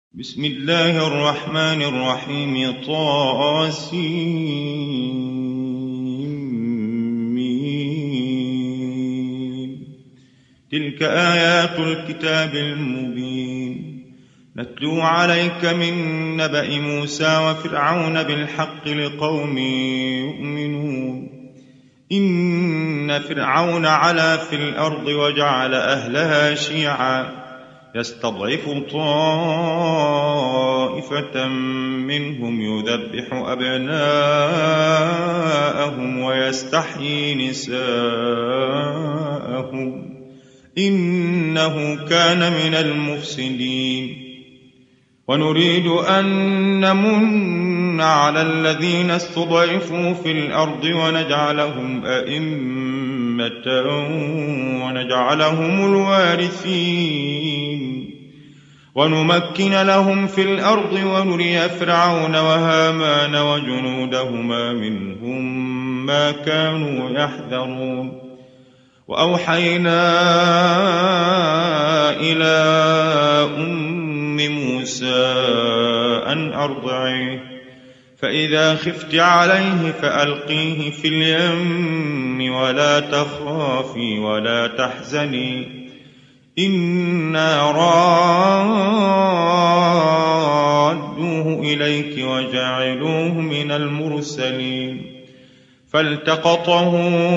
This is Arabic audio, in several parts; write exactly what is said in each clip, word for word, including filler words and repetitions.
بسم الله الرحمن الرحيم طاسيم. تلك آيات الكتاب المبين نتلو عليك من نبأ موسى وفرعون بالحق لقوم يؤمنون. إن فرعون علا في الأرض وجعل أهلها شيعا يستضعف طائفة منهم يذبح أبناءهم ويستحيي نساءهم إنه كان من المفسدين. ونريد أن نمن على الذين استضعفوا في الأرض ونجعلهم أئمة ونجعلهم الوارثين ونمكن لهم في الأرض ونري فرعون وهامان وجنودهما منهم ما كانوا يحذرون. وأوحينا إلى أم موسى أن أرضعيه فإذا خفت عليه فألقيه في اليم ولا تخافي ولا تحزني إنا رادوه إليك وجعلوه من المرسلين. فالتقطه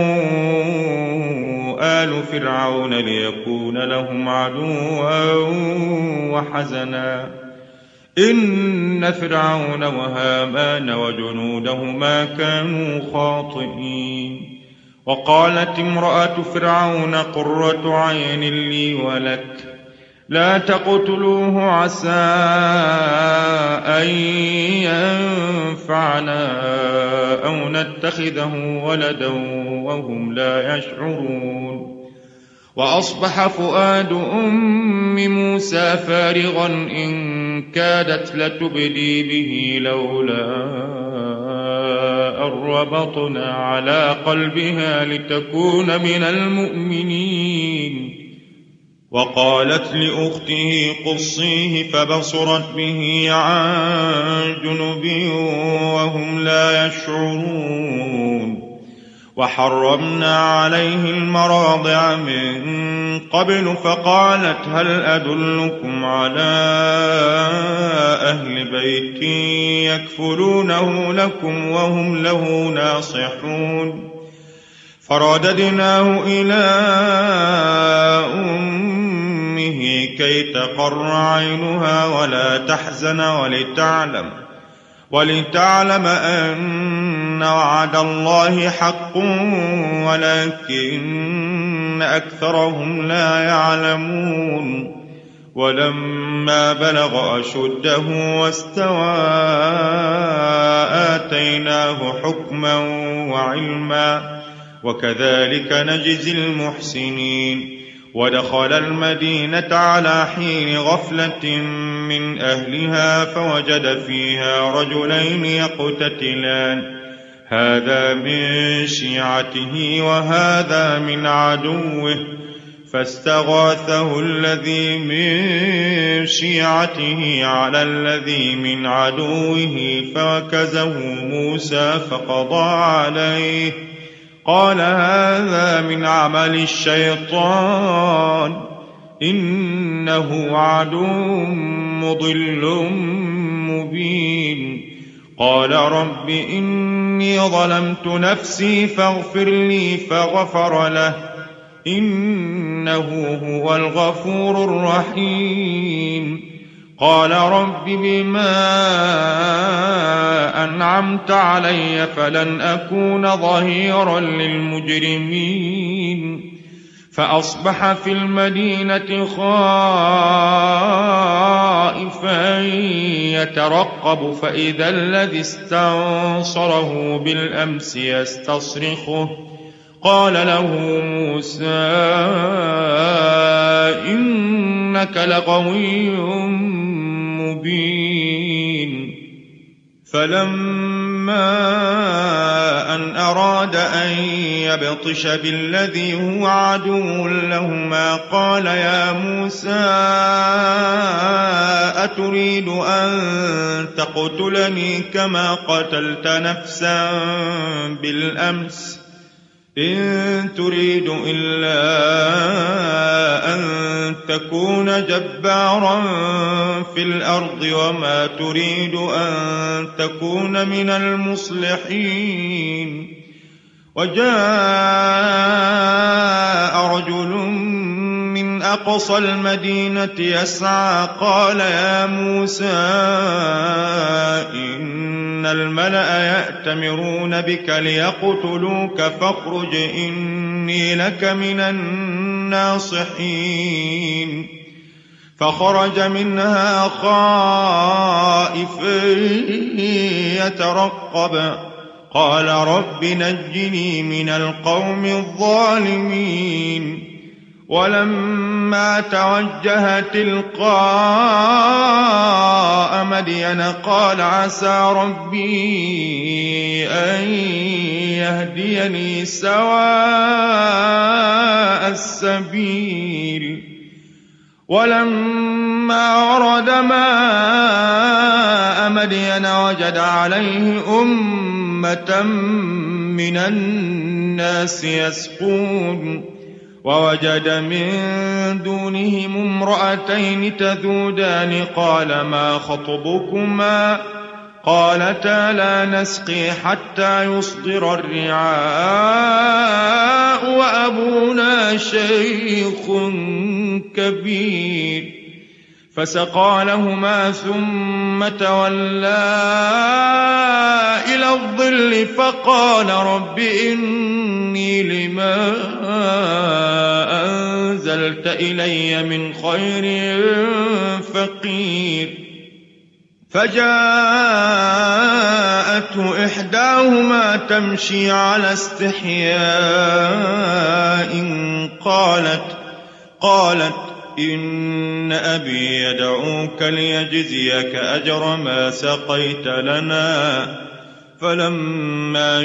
آل فرعون ليكون لهم عدوا وحزنا إن فرعون وهامان وجنودهما كانوا خاطئين. وقالت امرأة فرعون قرة عين لي ولك لا تقتلوه عسى أن ينفعنا أو نتخذه ولدا وهم لا يشعرون. وأصبح فؤاد أم موسى فارغا إن كادت لتبدي به لولا أن ربطنا على قلبها لتكون من المؤمنين. وقالت لأخته قصيه فبصرت به عن جنب وهم لا يشعرون. وحرمنا عليه المراضع من قبل فقالت هل أدلكم على أهل بيت يكفلونه لكم وهم له ناصحون. فرددناه إلى أمه كي تقر عينها ولا تحزن ولتعلم ولتعلم أن وعد الله حق ولكن أكثرهم لا يعلمون. ولما بلغ أشده واستوى آتيناه حكما وعلما وكذلك نجزي المحسنين. ودخل المدينة على حين غفلة من أهلها فوجد فيها رجلين يقتتلان هذا من شيعته وهذا من عدوه فاستغاثه الذي من شيعته على الذي من عدوه فوكزه موسى فقضى عليه قال هذا من عمل الشيطان إنه عدو مضل مبين. قال رب إني ظلمت نفسي فاغفر لي فغفر له إنه هو الغفور الرحيم. قال رب بما أنعمت علي فلن أكون ظهيرا للمجرمين. فأصبح في المدينة خائفا يترقب فإذا الذي استنصره بالأمس يستصرخه قال له موسى إنك لغوي مبين. فلما أن أراد أن يبطش بالذي هو عدو لهما قال يا موسى أتريد أن تقتلني كما قتلت نفسا بالأمس إن تريد إلا أن تكون جبارا في الأرض وما تريد أن تكون من المصلحين. وجاء رجل من أقصى المدينة يسعى قال يا موسى إن الملأ يأتمرون بك ليقتلوك فاخرج إني لك من الناصحين. فخرج منها خائفا يترقب قال رب نجني من القوم الظالمين. ولما توجه تلقاء مدين قال عسى ربي أن يهديني سواء السبيل. ولما ورد ماء مدين وجد عليه أمة من الناس يسقون ووجد من دونهم امرأتين تذودان قال ما خطبكما قالتا لا نسقي حتى يصدر الرعاء وأبونا شيخ كبير. فسقى لهما ثم تولى إلى الظل فقال رب إني لما أنزلت إلي من خير فقير. فجاءته إحداهما تمشي على استحياء قالت قالت إن أبي يدعوك ليجزيك أجر ما سقيت لنا. فلما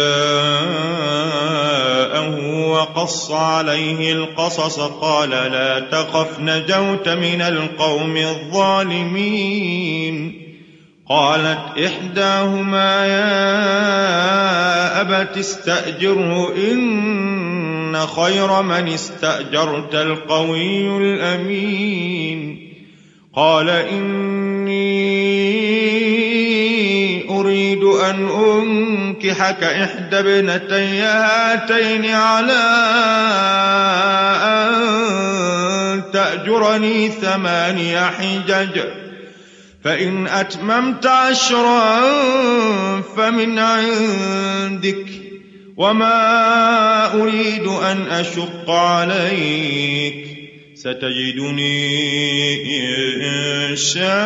جاءه وقص عليه القصص قال لا تخف نجوت من القوم الظالمين. قالت إحداهما يا أبت استأجره إن خير من استأجرت القوي الأمين. قال إني أريد أن أنكحك إحدى ابنتي هاتين على أن تأجرني ثماني حجج فإن أتممت عشرا فمن عندك وما أريد أن أشق عليك ستجدني إن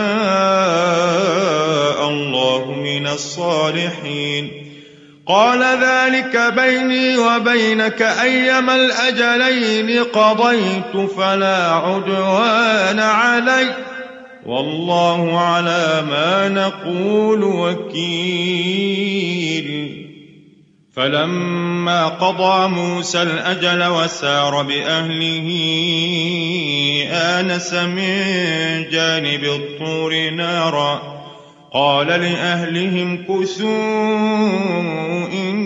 شاء الله من الصالحين. قال ذلك بيني وبينك أيما الأجلين قضيت فلا عدوان علي والله على ما نقول وكيل. فلما قضى موسى الأجل وسار بأهله آنس من جانب الطور نارا قال لأهلهم كثوا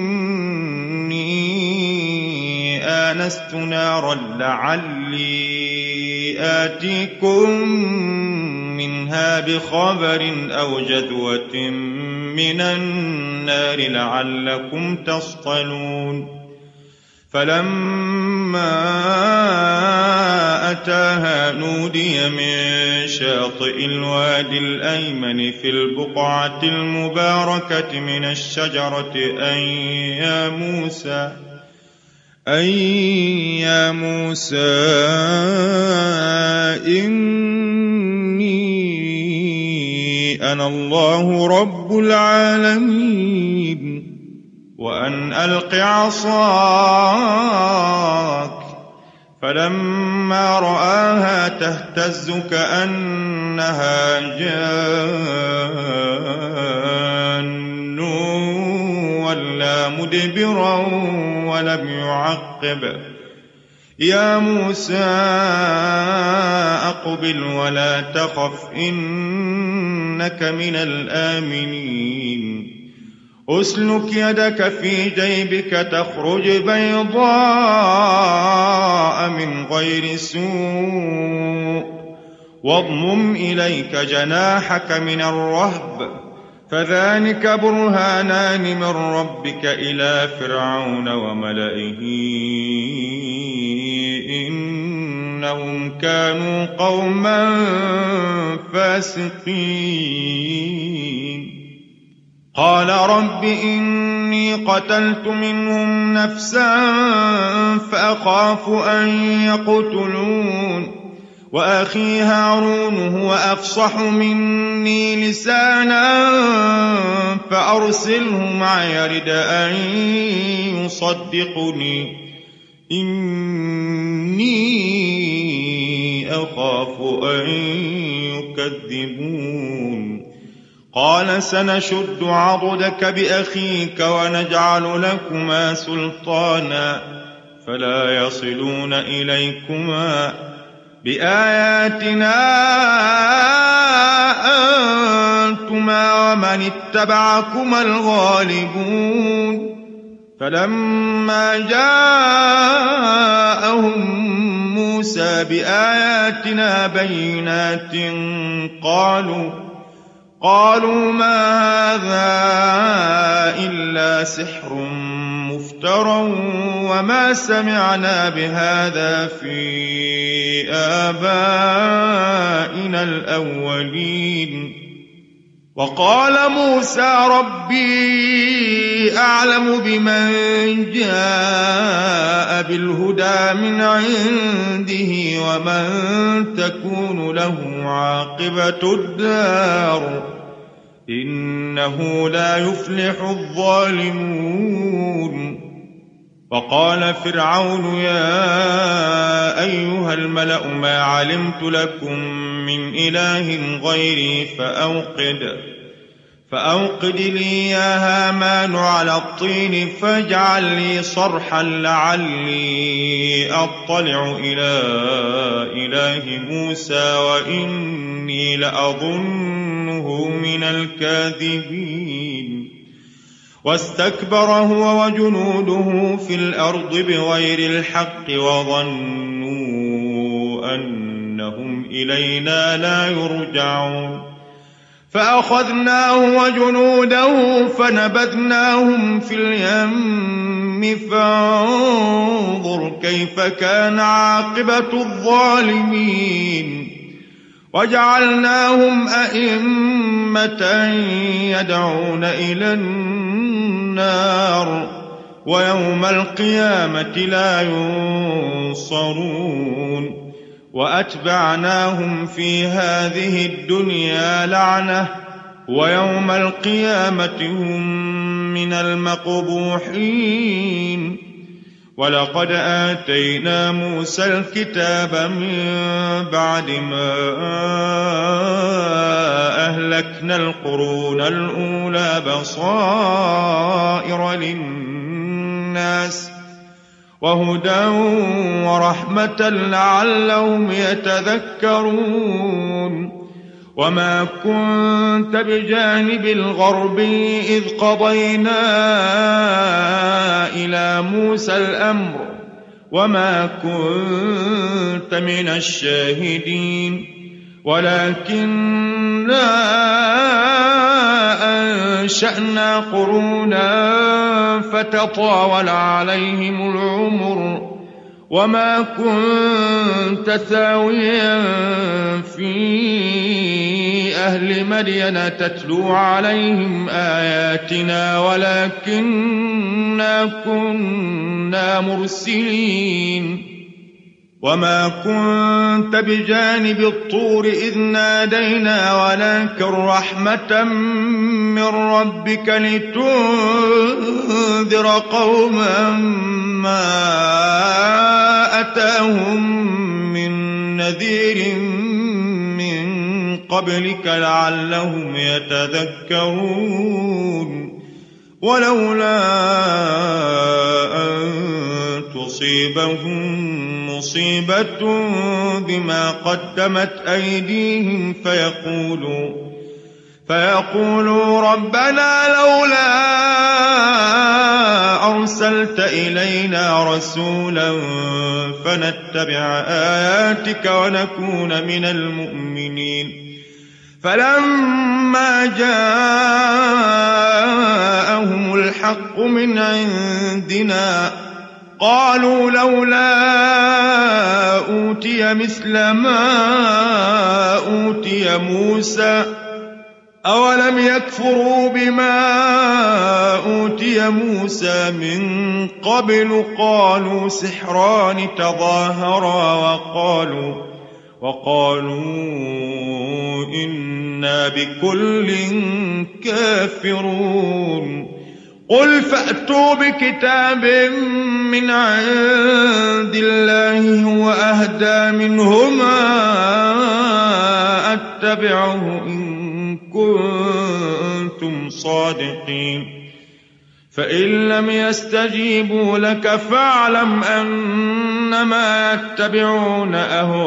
إني آنست نارا لعلي آتيكم منها بخبر أو جذوة من النار لعلكم تصطلون. فلما أتاها نودي من شاطئ الوادي الأيمن في البقعة المباركة من الشجرة أن يا موسى أن يا موسى إني أنا الله رب العالمين وأن ألق عصاك. فلما رآها تهتز كأنها جان مدبرا ولم يعقب. يا موسى أقبل ولا تخف إنك من الآمنين. أسلك يدك في جيبك تخرج بيضاء من غير سوء واضمم إليك جناحك من الرهب فذلك برهانان من ربك إلى فرعون وملئه إنهم كانوا قوما فاسقين. قال رب إني قتلت منهم نفسا فأخاف أن يقتلون وأخي هارون هو أفصح مني لسانا فأرسله معي يرد أن يصدقني إني أخاف أن يكذبون. قال سنشد عضدك بأخيك ونجعل لكما سلطانا فلا يصلون إليكما بآياتنا أنتما ومن اتبعكما الغالبون. فلما جاءهم موسى بآياتنا بينات قالوا قالوا ما هذا إلا سحر مفترى وما سمعنا بهذا في آبائنا الأولين. وقال موسى ربي أعلم بمن جاء بالهدى من عنده ومن تكون له عاقبة الدار إنه لا يفلح الظالمون. وقال فرعون يا أيها الملأ ما علمت لكم من إله غيري فأوقد فأوقد لي يا هامان على الطين فاجعل لي صرحا لعلي أطلع إلى إله موسى وإني لأظنه من الكاذبين. واستكبر هو وجنوده في الأرض بغير الحق وظنوا أنهم إلينا لا يرجعون. فأخذناه وجنوده فنبذناهم في اليم فانظر كيف كان عاقبة الظالمين. وجعلناهم أئمة يدعون إلى النار ويوم القيامة لا ينصرون. وأتبعناهم في هذه الدنيا لعنة ويوم القيامة هم من المقبوحين. ولقد آتينا موسى الكتاب من بعد ما أهلكنا القرون الأولى بصائر للناس وهدى ورحمة لعلهم يتذكرون. وما كنت بجانب الغرب إذ قضينا إلى موسى الأمر وما كنت من الشاهدين ولكننا أنشأنا قرونا فتطاول عليهم العمر وما كنت ثاويا في أهل مدين تتلو عليهم آياتنا ولكننا كنا مرسلين. وما كنت بجانب الطور إذ نادينا ولكن رحمة من ربك لتنذر قوما ما أتاهم من نذير من قبلك لعلهم يتذكرون. ولولا أن تصيبهم مصيبة بما قدمت أيديهم فيقولوا فيقولوا ربنا لولا أرسلت إلينا رسولا فنتبع آياتك ونكون من المؤمنين فلما جاءهم الحق من عندنا قالوا لولا أوتي مثل ما أوتي موسى أولم يكفروا بما أوتي موسى من قبل قالوا سحران تظاهرا وقالوا وقالوا إنا بكل كافرون قل فأتوا بكتاب من عند الله هو أهدى منهما أتبعه إن كنتم صادقين فإن لم يستجيبوا لك فاعلم أنما يتبعون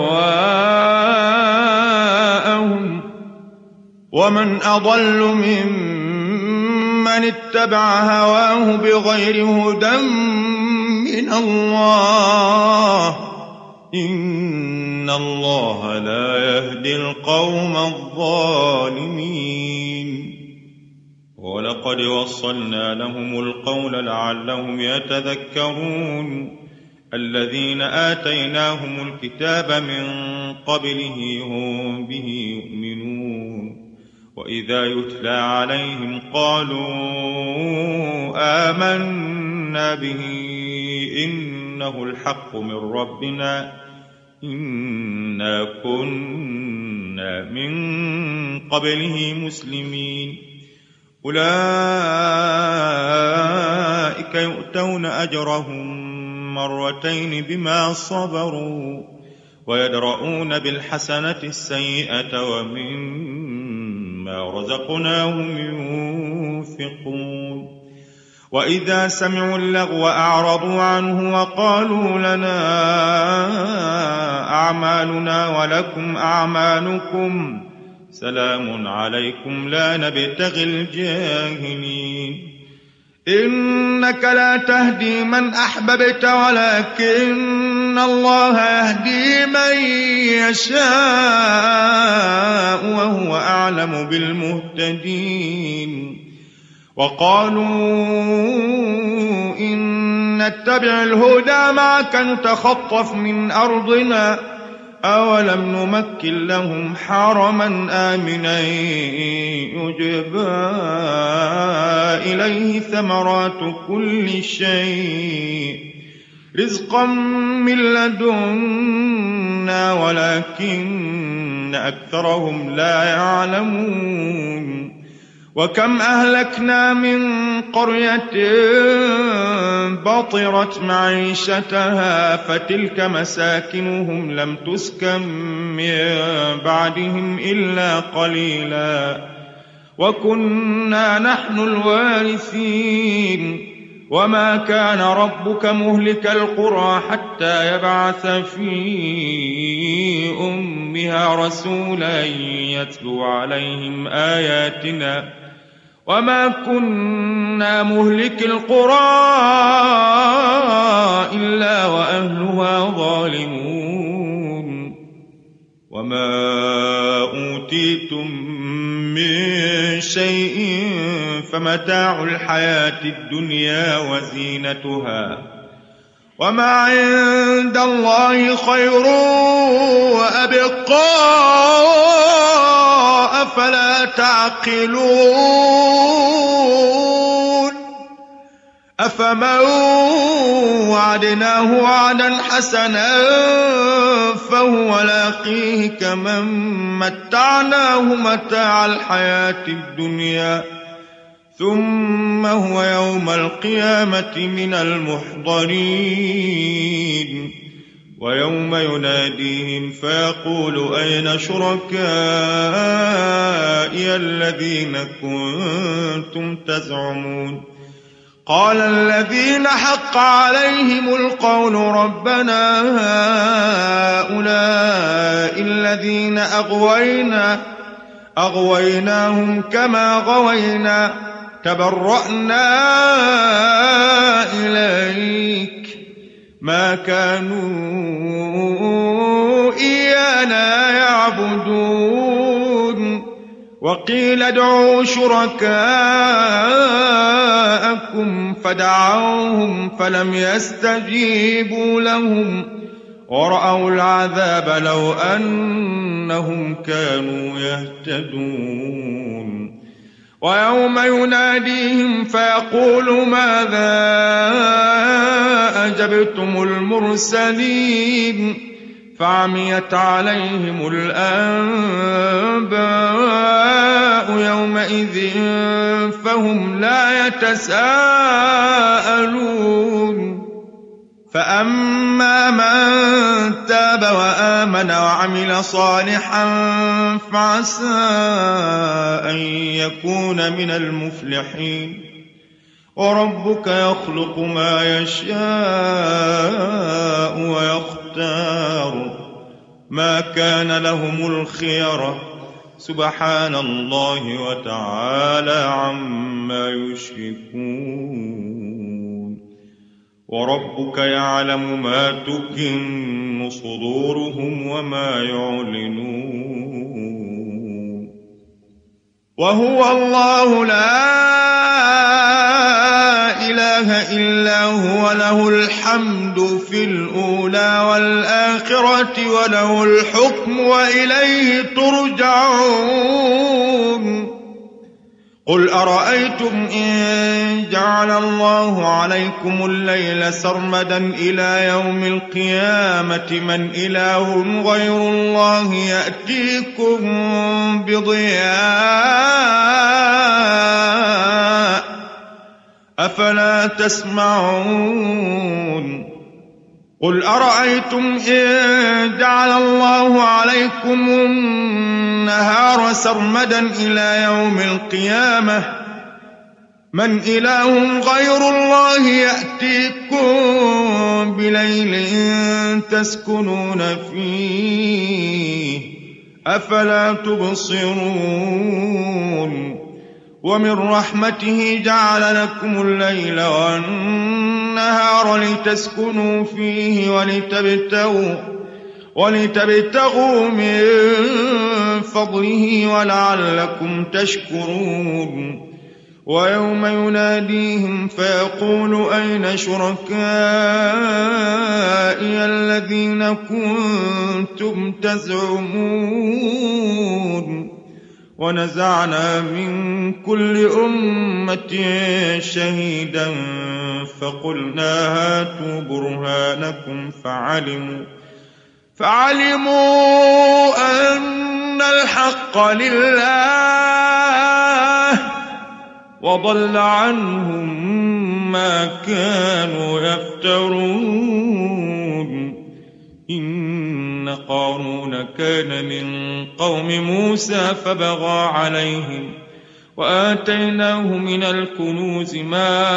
أهواءهم ومن أضل ممن اتبع هواه بغير هدى من الله إن الله لا يهدي القوم الظالمين ولقد وصلنا لهم القول لعلهم يتذكرون الذين آتيناهم الكتاب من قبله هم به يؤمنون وإذا يتلى عليهم قالوا آمنا به إنه الحق من ربنا إنا كنا من قبله مسلمين أولئك يؤتون أجرهم مرتين بما صبروا ويدرؤون بالحسنة السيئة ومما رزقناهم ينفقون وإذا سمعوا اللغو أعرضوا عنه وقالوا لنا أعمالنا ولكم أعمالكم سلام عليكم لا نبتغي الجاهلين إنك لا تهدي من أحببت ولكن الله يهدي من يشاء وهو أعلم بالمهتدين وقالوا إن نتبع الهدى معك نتخطف من أرضنا أولم نمكن لهم حرما آمنا يجبى إليه ثمرات كل شيء رزقا من لدنا ولكن أكثرهم لا يعلمون وكم أهلكنا من قرية بطرت معيشتها فتلك مساكنهم لم تسكن من بعدهم إلا قليلا وكنا نحن الوارثين وما كان ربك مهلك القرى حتى يبعث في أمها رسولا يتلو عليهم آياتنا وما كنا مهلك القرى إلا وأهلها ظالمون وما أوتيتم من شيء فمتاع الحياة الدنيا وزينتها وما عند الله خير وأبقى أفلا تعقلون أفمن وعدناه وعدا حسنا فهو لاقيه كمن متعناه متاع الحياة الدنيا ثم هو يوم القيامة من المحضرين ويوم يناديهم فيقول أين شركائي الذين كنتم تزعمون قال الذين حق عليهم القول ربنا هؤلاء الذين أغوينا أغويناهم كما غوينا تبرأنا إليك ما كانوا إيانا يعبدون وقيل ادعوا شركاءكم فدعوهم فلم يستجيبوا لهم ورأوا العذاب لو أنهم كانوا يهتدون ويوم يناديهم فيقول ماذا أجبتم المرسلين فعميت عليهم الأنباء يومئذ فهم لا يتساءلون فأما من تاب وآمن وعمل صالحا فعسى أن يكون من المفلحين وربك يخلق ما يشاء ويختار ما كان لهم الخيرة سبحان الله وتعالى عما يشركون وربك يعلم ما تكن صدورهم وما يعلنون وهو الله لا إله إلا هو له الحمد في الأولى والآخرة وله الحكم وإليه ترجعون قل أرأيتم إن جعل الله عليكم الليل سرمدا إلى يوم القيامة من إله غير الله يأتيكم بضياء أفلا تسمعون قل أرأيتم إن جعل الله عليكم النهار سرمدا إلى يوم القيامة من إله غير الله يأتيكم بليل تسكنون فيه أفلا تبصرون ومن رحمته جعل لكم الليل والنهار لتسكنوا فيه ولتبتغوا, ولتبتغوا من فضله ولعلكم تشكرون ويوم يناديهم فيقول أين شركائي الذين كنتم تزعمون ونزعنا من كل أمة شهيدا فقلنا هاتوا برهانكم فعلموا فعلموا أن الحق لله وضل عنهم ما كانوا يفترون إن قارون كان من قوم موسى فبغى عليهم وآتيناه من الكنوز ما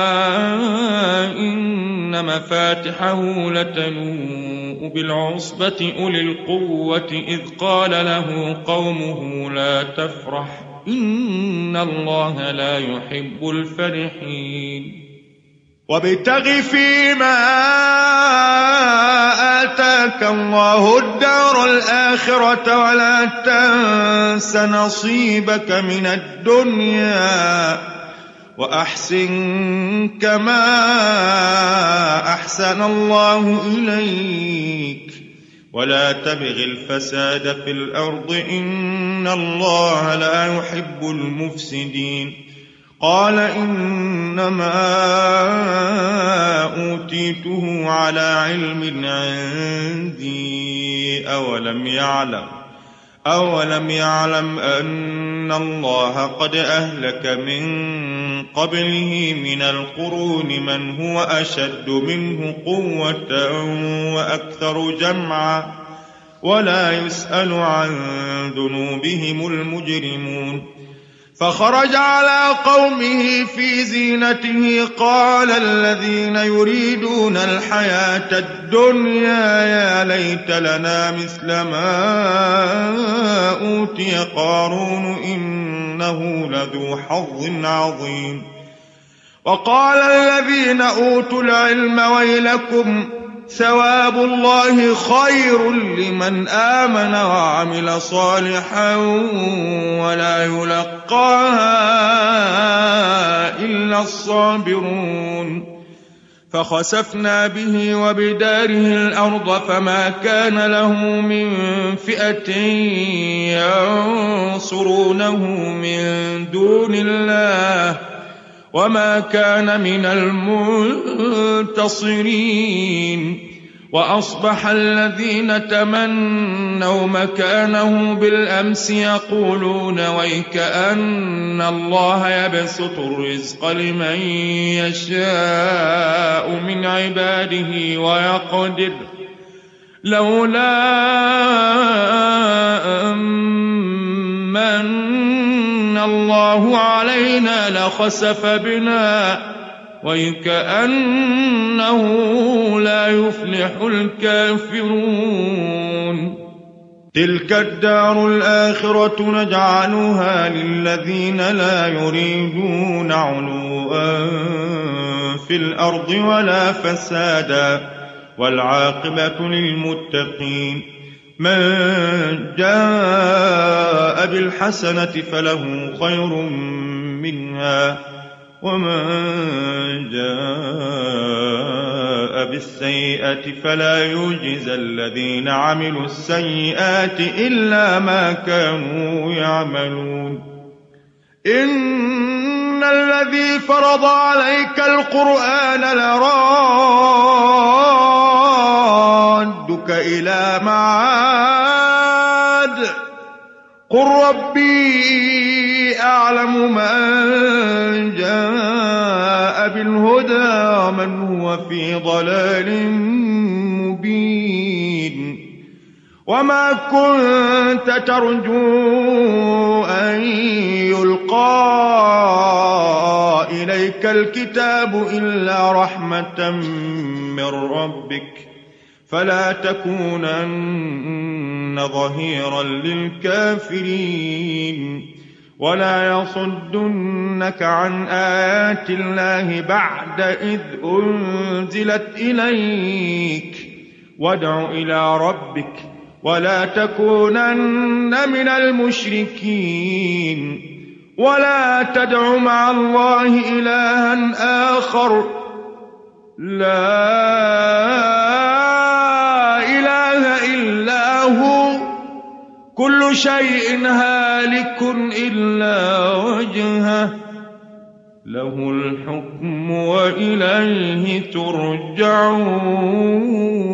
إن مفاتحه لتنوء بالعصبة أولي القوة إذ قال له قومه لا تفرح إن الله لا يحب الفرحين وابتغ فيما آتاك الله الدار الآخرة ولا تنس نصيبك من الدنيا وأحسن كما أحسن الله إليك ولا تبغ الفساد في الأرض إن الله لا يحب المفسدين قال إنما أوتيته على علم عندي أولم يعلم أولم يعلم أن الله قد أهلك من قبله من القرون من هو أشد منه قوة وأكثر جمعا ولا يسأل عن ذنوبهم المجرمون فخرج على قومه في زينته قال الذين يريدون الحياة الدنيا يا ليت لنا مثل ما أوتي قارون إنه لذو حظ عظيم. وقال الذين أوتوا العلم ويلكم ثواب الله خير لمن آمن وعمل صالحا ولا يلقاها إلا الصابرون. فخسفنا به وبداره الأرض فما كان له من فئة ينصرونه من دون الله وما كان من المنتصرين. وأصبح الذين تمنوا مكانه بالأمس يقولون ويكأن الله يبسط الرزق لمن يشاء من عباده ويقدر لولا أمن الله علينا لخسف بنا ويكأنه لا يفلح الكافرون. تلك الدار الآخرة نجعلها للذين لا يريدون علوا في الأرض ولا فسادا والعاقبة للمتقين. من جاء بالحسنة فله خير منها ومن جاء بالسيئة فلا يجزى الذين عملوا السيئات إلا ما كانوا يعملون. إن الذي فرض عليك القرآن لرادك إلى معاد قل ربي أعلم من جاء بالهدى ومن هو في ضلال مبين. وما كنت ترجو أن يلقى إليك الكتاب إلا رحمة من ربك فلا تكونن ظهيرا للكافرين. ولا يصدنك عن آيات الله بعد إذ أنزلت إليك وادع إلى ربك ولا تكونن من المشركين. ولا تدع مع الله إلها آخر لا إله إلا هو كل شيء هالك إلا وجهه له الحكم وإليه ترجعون.